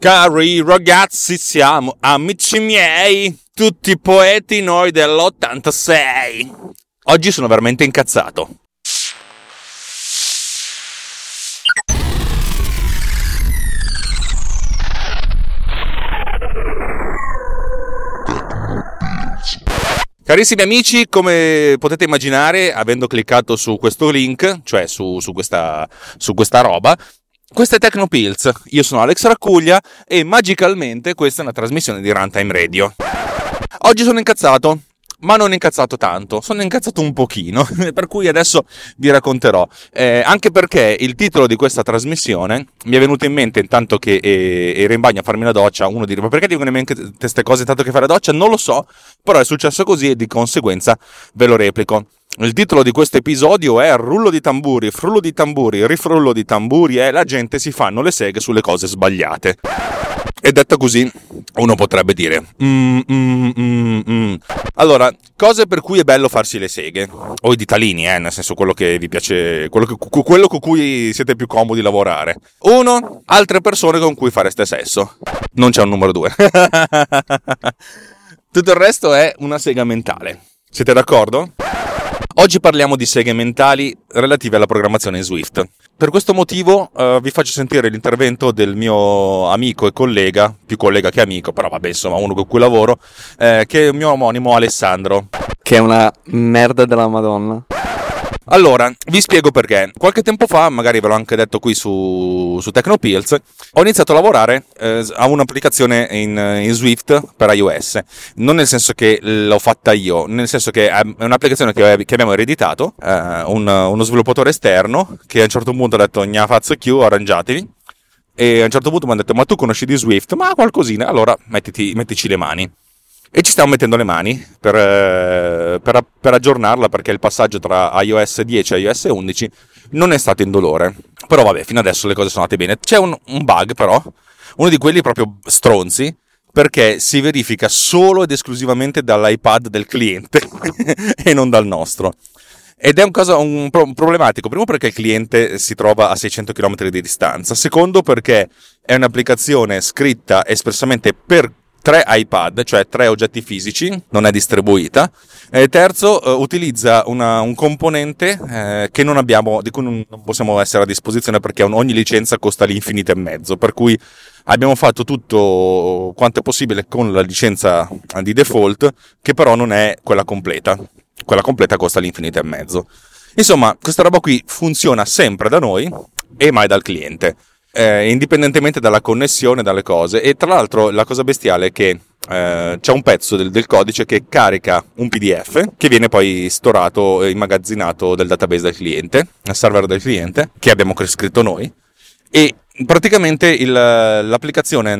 Cari ragazzi, siamo amici miei, tutti poeti noi dell'86. Oggi sono veramente incazzato. Carissimi amici, come potete immaginare, avendo cliccato su questo link, cioè su questa roba, questa è Tecnopills. Io sono Alex Raccuglia e magicalmente questa è una trasmissione di Runtime Radio. Oggi sono incazzato, ma non incazzato tanto, sono incazzato un pochino, per cui adesso vi racconterò. Anche perché il titolo di questa trasmissione mi è venuto in mente intanto che ero in bagno a farmi la doccia. Uno dice: ma perché ti vengono in mente queste cose intanto che fare la doccia? Non lo so, però è successo così e di conseguenza ve lo replico. Il titolo di questo episodio è Rullo di tamburi, frullo di tamburi, rifrullo di tamburi e la gente si fanno le seghe sulle cose sbagliate. E detto così, uno potrebbe dire Allora, cose per cui è bello farsi le seghe, o i ditalini, nel senso quello che vi piace, quello con cui siete più comodi lavorare. 1. Altre persone con cui fareste sesso. Non c'è un numero 2. Tutto il resto è una sega mentale. Siete d'accordo? Oggi parliamo di seghe mentali relative alla programmazione in Swift. Per questo motivo vi faccio sentire l'intervento del mio amico e collega, più collega che amico, però vabbè, insomma, uno con cui lavoro, che è il mio omonimo Alessandro. Che è una merda della Madonna. Allora, vi spiego perché. Qualche tempo fa, magari ve l'ho anche detto qui su Tecnopills, ho iniziato a lavorare a un'applicazione in Swift per iOS. Non nel senso che l'ho fatta io, nel senso che è un'applicazione che abbiamo ereditato, uno sviluppatore esterno che a un certo punto ha detto gna fazzo Q, arrangiatevi. E a un certo punto mi ha detto: ma tu conosci di Swift? Ma qualcosina, allora mettici le mani. E ci stiamo mettendo le mani per aggiornarla, perché il passaggio tra iOS 10 e iOS 11 non è stato indolore. Però vabbè, fino adesso le cose sono andate bene. C'è un bug però, uno di quelli proprio stronzi, perché si verifica solo ed esclusivamente dall'iPad del cliente e non dal nostro. Ed è un problematico. Primo, perché il cliente si trova a 600 km di distanza. Secondo, perché è un'applicazione scritta espressamente per 3 iPad, cioè 3 oggetti fisici, non è distribuita. Terzo, utilizza un componente che non abbiamo, di cui non possiamo essere a disposizione, perché ogni licenza costa l'infinito e mezzo, per cui abbiamo fatto tutto quanto è possibile con la licenza di default, che però non è quella completa. Quella completa costa l'infinito e mezzo. Insomma, questa roba qui funziona sempre da noi e mai dal cliente. Indipendentemente dalla connessione, dalle cose. E tra l'altro la cosa bestiale è che c'è un pezzo del codice che carica un PDF che viene poi storato e immagazzinato del database del cliente, nel server del cliente, che abbiamo scritto noi. E praticamente l'applicazione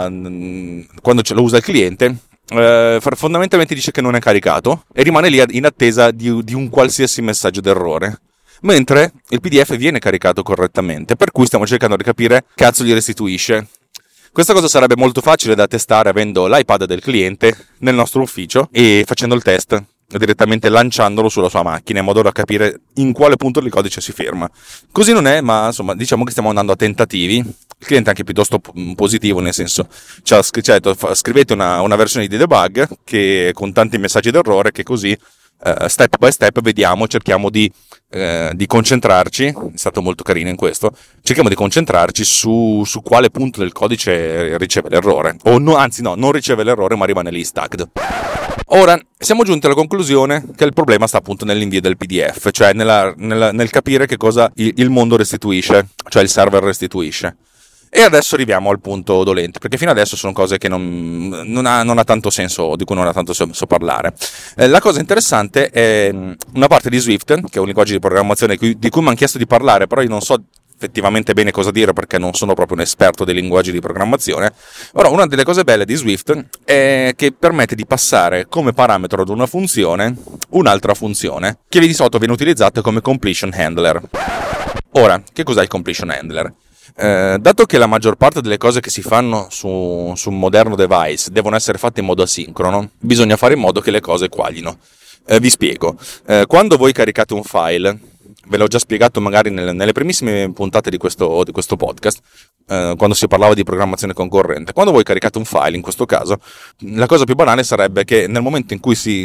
quando lo usa il cliente fondamentalmente dice che non è caricato e rimane lì in attesa di un qualsiasi messaggio d'errore. Mentre il PDF viene caricato correttamente, per cui stiamo cercando di capire cazzo gli restituisce. Questa cosa sarebbe molto facile da testare avendo l'iPad del cliente nel nostro ufficio e facendo il test direttamente, lanciandolo sulla sua macchina, in modo da capire in quale punto del codice si ferma. Così non è, ma insomma diciamo che stiamo andando a tentativi. Il cliente è anche piuttosto positivo, nel senso ci ha detto: scrivete una versione di debug che con tanti messaggi d'errore, che così step by step vediamo, cerchiamo di concentrarci. È stato molto carino in questo. Cerchiamo di concentrarci su quale punto del codice riceve l'errore, o no, anzi no, non riceve l'errore ma rimane lì stacked. Ora siamo giunti alla conclusione che il problema sta appunto nell'invio del PDF, cioè nel capire che cosa il mondo restituisce, cioè il server restituisce. E adesso arriviamo al punto dolente, perché fino adesso sono cose che non ha tanto senso, di cui non ha tanto senso parlare. La cosa interessante è una parte di Swift, che è un linguaggio di programmazione di cui mi hanno chiesto di parlare, però io non so effettivamente bene cosa dire, perché non sono proprio un esperto dei linguaggi di programmazione. Ora, una delle cose belle di Swift è che permette di passare come parametro ad una funzione un'altra funzione, che di solito viene utilizzata come completion handler. Ora, che cos'è il completion handler? Dato che la maggior parte delle cose che si fanno su un moderno device devono essere fatte in modo asincrono, bisogna fare in modo che le cose quaglino. Vi spiego. Quando voi caricate un file, ve l'ho già spiegato magari nelle primissime puntate di questo podcast, quando si parlava di programmazione concorrente. Quando voi caricate un file, in questo caso, la cosa più banale sarebbe che nel momento in cui si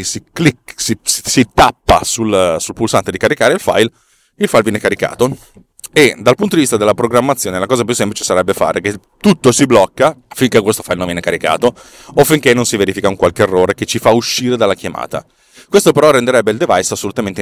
tappa sul pulsante di caricare il file viene caricato. E dal punto di vista della programmazione la cosa più semplice sarebbe fare che tutto si blocca finché questo file non viene caricato o finché non si verifica un qualche errore che ci fa uscire dalla chiamata. Questo però renderebbe il device assolutamente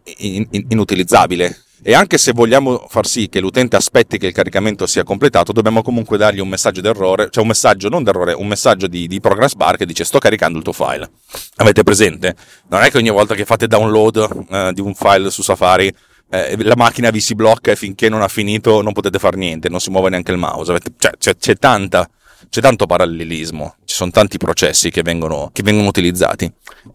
inutilizzabile, e anche se vogliamo far sì che l'utente aspetti che il caricamento sia completato, dobbiamo comunque dargli un messaggio d'errore, cioè un messaggio non d'errore, un messaggio di progress bar che dice sto caricando il tuo file. Avete presente? Non è che ogni volta che fate download di un file su Safari la macchina vi si blocca e finché non ha finito non potete fare niente, non si muove neanche il mouse. C'è tanto parallelismo, ci sono tanti processi che vengono utilizzati,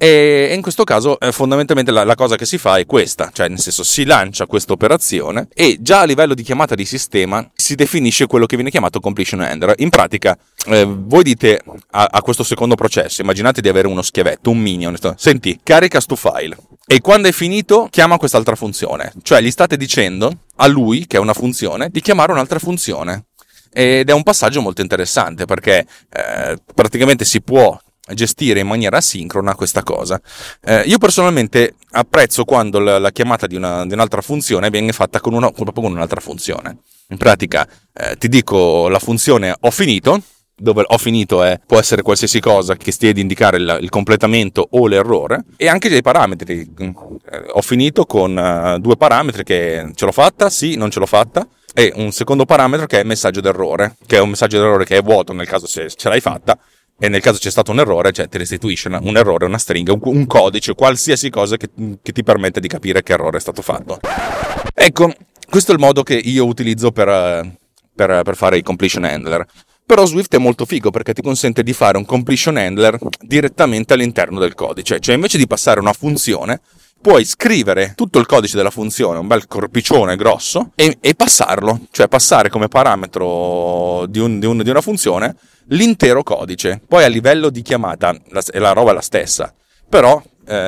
e in questo caso fondamentalmente la cosa che si fa è questa, cioè nel senso si lancia questa operazione e già a livello di chiamata di sistema si definisce quello che viene chiamato completion handler. In pratica voi dite a questo secondo processo, immaginate di avere uno schiavetto, un minion, senti, carica sto file, e quando è finito chiama quest'altra funzione, cioè gli state dicendo a lui, che è una funzione, di chiamare un'altra funzione. Ed è un passaggio molto interessante perché praticamente si può gestire in maniera asincrona questa cosa. Io personalmente apprezzo quando la chiamata di un'altra funzione viene fatta proprio con un'altra funzione. In pratica ti dico la funzione ho finito, dove ho finito può essere qualsiasi cosa che stia ad indicare il completamento o l'errore, e anche dei parametri. Ho finito con due parametri che ce l'ho fatta, sì, non ce l'ho fatta, e un secondo parametro che è messaggio d'errore, che è un messaggio d'errore che è vuoto nel caso se ce l'hai fatta, e nel caso c'è stato un errore, cioè ti restituisce un errore, una stringa, un codice, qualsiasi cosa che ti permette di capire che errore è stato fatto. Ecco, questo è il modo che io utilizzo per fare i completion handler. Però Swift è molto figo perché ti consente di fare un completion handler direttamente all'interno del codice, cioè invece di passare una funzione puoi scrivere tutto il codice della funzione, un bel corpiccione grosso, e passarlo, cioè passare come parametro di una funzione l'intero codice. Poi a livello di chiamata la roba è la stessa, però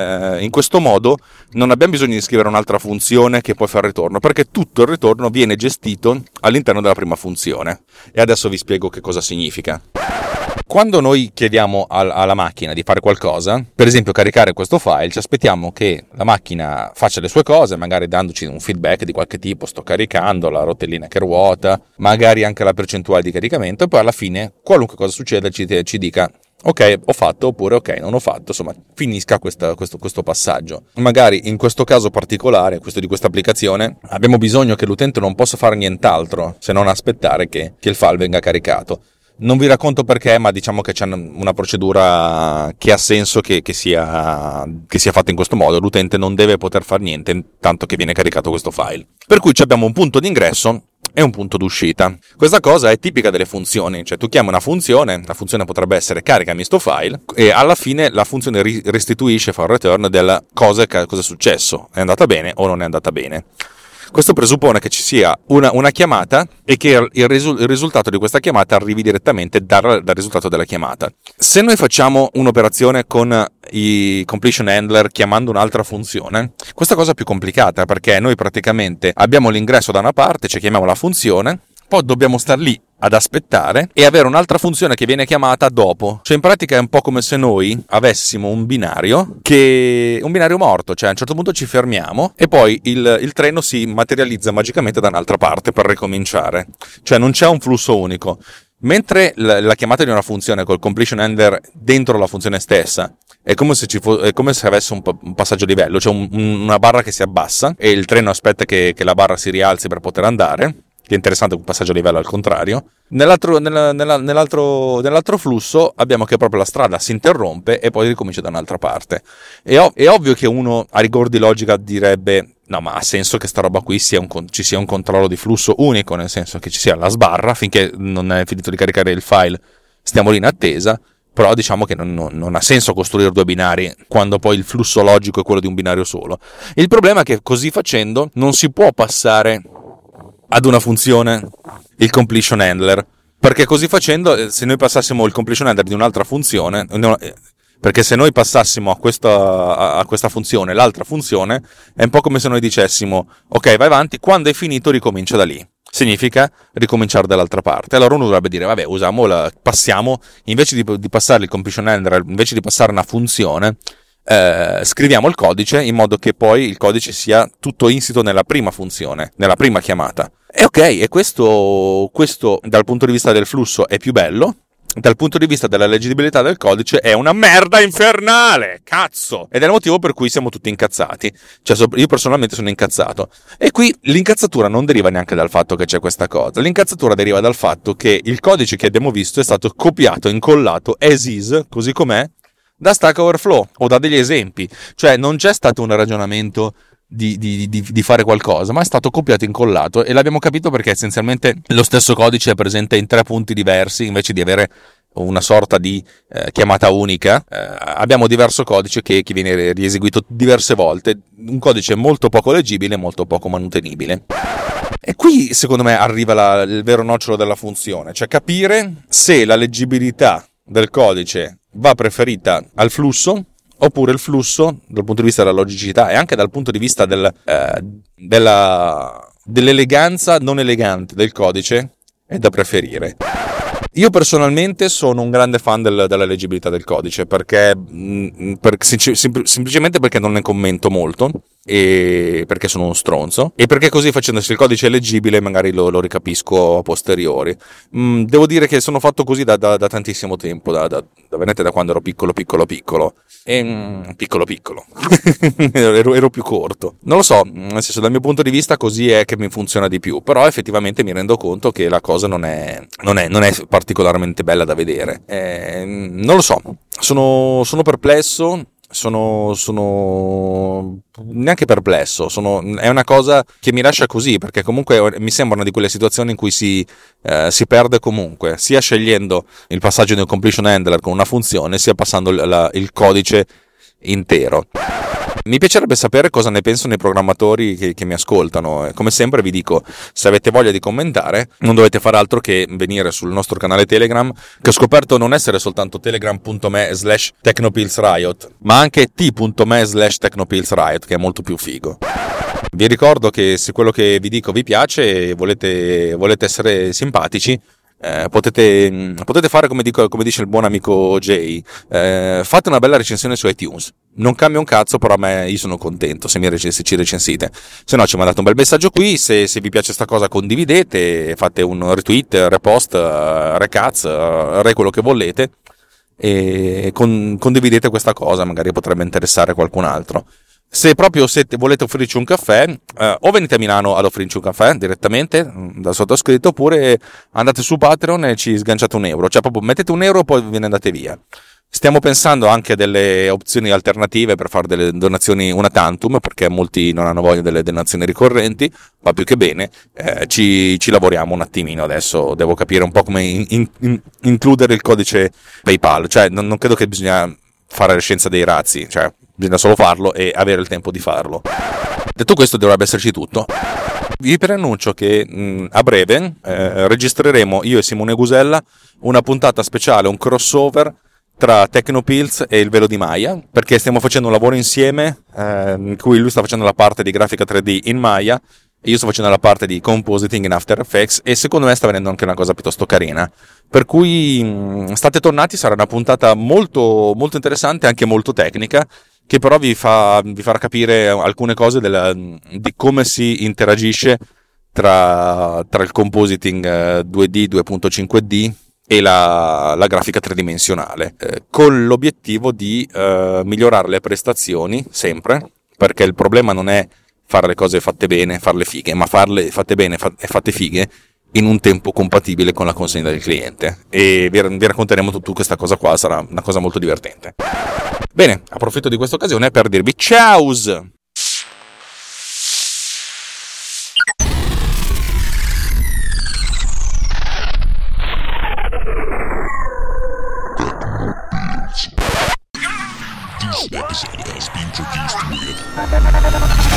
in questo modo non abbiamo bisogno di scrivere un'altra funzione che poi fa il ritorno, perché tutto il ritorno viene gestito all'interno della prima funzione. E adesso vi spiego che cosa significa. Quando noi chiediamo alla macchina di fare qualcosa, per esempio caricare questo file, ci aspettiamo che la macchina faccia le sue cose, magari dandoci un feedback di qualche tipo, sto caricando, la rotellina che ruota, magari anche la percentuale di caricamento, e poi alla fine, qualunque cosa succeda, ci dica ok, ho fatto, oppure ok, non ho fatto, insomma, finisca questo passaggio. Magari in questo caso particolare, di questa applicazione, abbiamo bisogno che l'utente non possa fare nient'altro se non aspettare che il file venga caricato. Non vi racconto perché, ma diciamo che c'è una procedura che ha senso che sia fatta in questo modo. L'utente non deve poter fare niente tanto che viene caricato questo file. Per cui abbiamo un punto d'ingresso e un punto d'uscita. Questa cosa è tipica delle funzioni, cioè tu chiami una funzione, la funzione potrebbe essere caricami sto file, e alla fine la funzione restituisce, fa un return del cosa è successo, è andata bene o non è andata bene. Questo presuppone che ci sia una chiamata e che il risultato di questa chiamata arrivi direttamente dal risultato della chiamata. Se noi facciamo un'operazione con i completion handler chiamando un'altra funzione, questa cosa è più complicata, perché noi praticamente abbiamo l'ingresso da una parte, cioè chiamiamo la funzione, poi dobbiamo star lì ad aspettare e avere un'altra funzione che viene chiamata dopo. Cioè in pratica è un po' come se noi avessimo un binario morto, cioè a un certo punto ci fermiamo e poi il treno si materializza magicamente da un'altra parte per ricominciare. Cioè non c'è un flusso unico. Mentre la chiamata di una funzione col completion handler dentro la funzione stessa è come se avesse un passaggio a livello, cioè una barra che si abbassa e il treno aspetta che la barra si rialzi per poter andare, che è interessante un passaggio a livello al contrario. Nell'altro flusso abbiamo che proprio la strada si interrompe e poi ricomincia da un'altra parte. È ovvio che uno a rigor di logica direbbe no, ma ha senso che sta roba qui ci sia un controllo di flusso unico, nel senso che ci sia la sbarra finché non è finito di caricare il file, stiamo lì in attesa. Però diciamo che non ha senso costruire due binari quando poi il flusso logico è quello di un binario solo. Il problema è che così facendo non si può passare ad una funzione il completion handler, perché così facendo, se noi passassimo il completion handler di un'altra funzione, Perché se noi passassimo a questa funzione l'altra funzione, è un po' come se noi dicessimo ok, vai avanti, quando è finito ricomincia da lì. Significa ricominciare dall'altra parte. Allora uno dovrebbe dire vabbè, passiamo, invece di passare il completion handler, invece di passare una funzione, scriviamo il codice in modo che poi il codice sia tutto insito nella prima funzione, nella prima chiamata. E ok, e questo dal punto di vista del flusso è più bello. Dal punto di vista della leggibilità del codice è una merda infernale, cazzo! Ed è il motivo per cui siamo tutti incazzati. Cioè, io personalmente sono incazzato. E qui l'incazzatura non deriva neanche dal fatto che c'è questa cosa. L'incazzatura deriva dal fatto che il codice che abbiamo visto è stato copiato e incollato as is, così com'è, da Stack Overflow o da degli esempi. Cioè, non c'è stato un ragionamento di fare qualcosa, ma è stato copiato e incollato, e l'abbiamo capito perché essenzialmente lo stesso codice è presente in 3 punti diversi invece di avere una sorta di chiamata unica. Abbiamo diverso codice che viene rieseguito diverse volte, un codice molto poco leggibile e molto poco manutenibile. E qui secondo me arriva il vero nocciolo della funzione, cioè capire se la leggibilità del codice va preferita al flusso, oppure il flusso dal punto di vista della logicità e anche dal punto di vista dell'eleganza non elegante del codice è da preferire. Io personalmente sono un grande fan della leggibilità del codice semplicemente perché non ne commento molto, e perché sono uno stronzo, e perché così, facendosi il codice leggibile, magari lo ricapisco a posteriori. Devo dire che sono fatto così da tantissimo tempo, veramente da quando ero piccolo e piccolo ero più corto, non lo so, nel senso, dal mio punto di vista così è che mi funziona di più, però effettivamente mi rendo conto che la cosa non è particolarmente bella da vedere. Non lo so, sono perplesso. Sono neanche perplesso, è una cosa che mi lascia così, perché comunque mi sembra una di quelle situazioni in cui si perde comunque, sia scegliendo il passaggio di un completion handler con una funzione, sia passando il codice intero. Mi piacerebbe sapere cosa ne pensano i programmatori che mi ascoltano. Come sempre vi dico, se avete voglia di commentare, non dovete fare altro che venire sul nostro canale Telegram, che ho scoperto non essere soltanto telegram.me/technopillsriot, ma anche t.me/technopillsriot, che è molto più figo. Vi ricordo che se quello che vi dico vi piace e volete essere simpatici, potete fare come dice il buon amico Jay, fate una bella recensione su iTunes. Non cambia un cazzo, però io sono contento se ci recensite. Se no ci mandate un bel messaggio qui, se vi piace sta cosa condividete, fate un retweet, repost, recaz, quello che volete, e condividete questa cosa, magari potrebbe interessare qualcun altro. Se proprio volete offrirci un caffè, o venite a Milano ad offrirci un caffè direttamente dal sottoscritto, oppure andate su Patreon e ci sganciate €1, cioè proprio mettete €1 e poi ve ne andate via. Stiamo pensando anche a delle opzioni alternative per fare delle donazioni una tantum, perché molti non hanno voglia delle donazioni ricorrenti, va più che bene. Ci lavoriamo un attimino, adesso devo capire un po' come includere il codice PayPal, cioè non credo che bisogna fare la scienza dei razzi, cioè bisogna solo farlo e avere il tempo di farlo. Detto questo, dovrebbe esserci tutto. Vi preannuncio che a breve registreremo io e Simone Gusella una puntata speciale, un crossover tra Technopills e il Velo di Maya, perché stiamo facendo un lavoro insieme in cui lui sta facendo la parte di grafica 3D in Maya e io sto facendo la parte di compositing in After Effects, e secondo me sta venendo anche una cosa piuttosto carina, per cui state tornati, sarà una puntata molto, molto interessante, anche molto tecnica, che però vi farà capire alcune cose di come si interagisce tra il compositing 2D, 2.5D e la grafica tridimensionale, con l'obiettivo di migliorare le prestazioni sempre, perché il problema non è fare le cose fatte bene, farle fighe, ma farle fatte bene e fatte fighe in un tempo compatibile con la consegna del cliente. E vi racconteremo tutta questa cosa qua, sarà una cosa molto divertente. Bene, approfitto di questa occasione per dirvi ciao! This episode has been produced with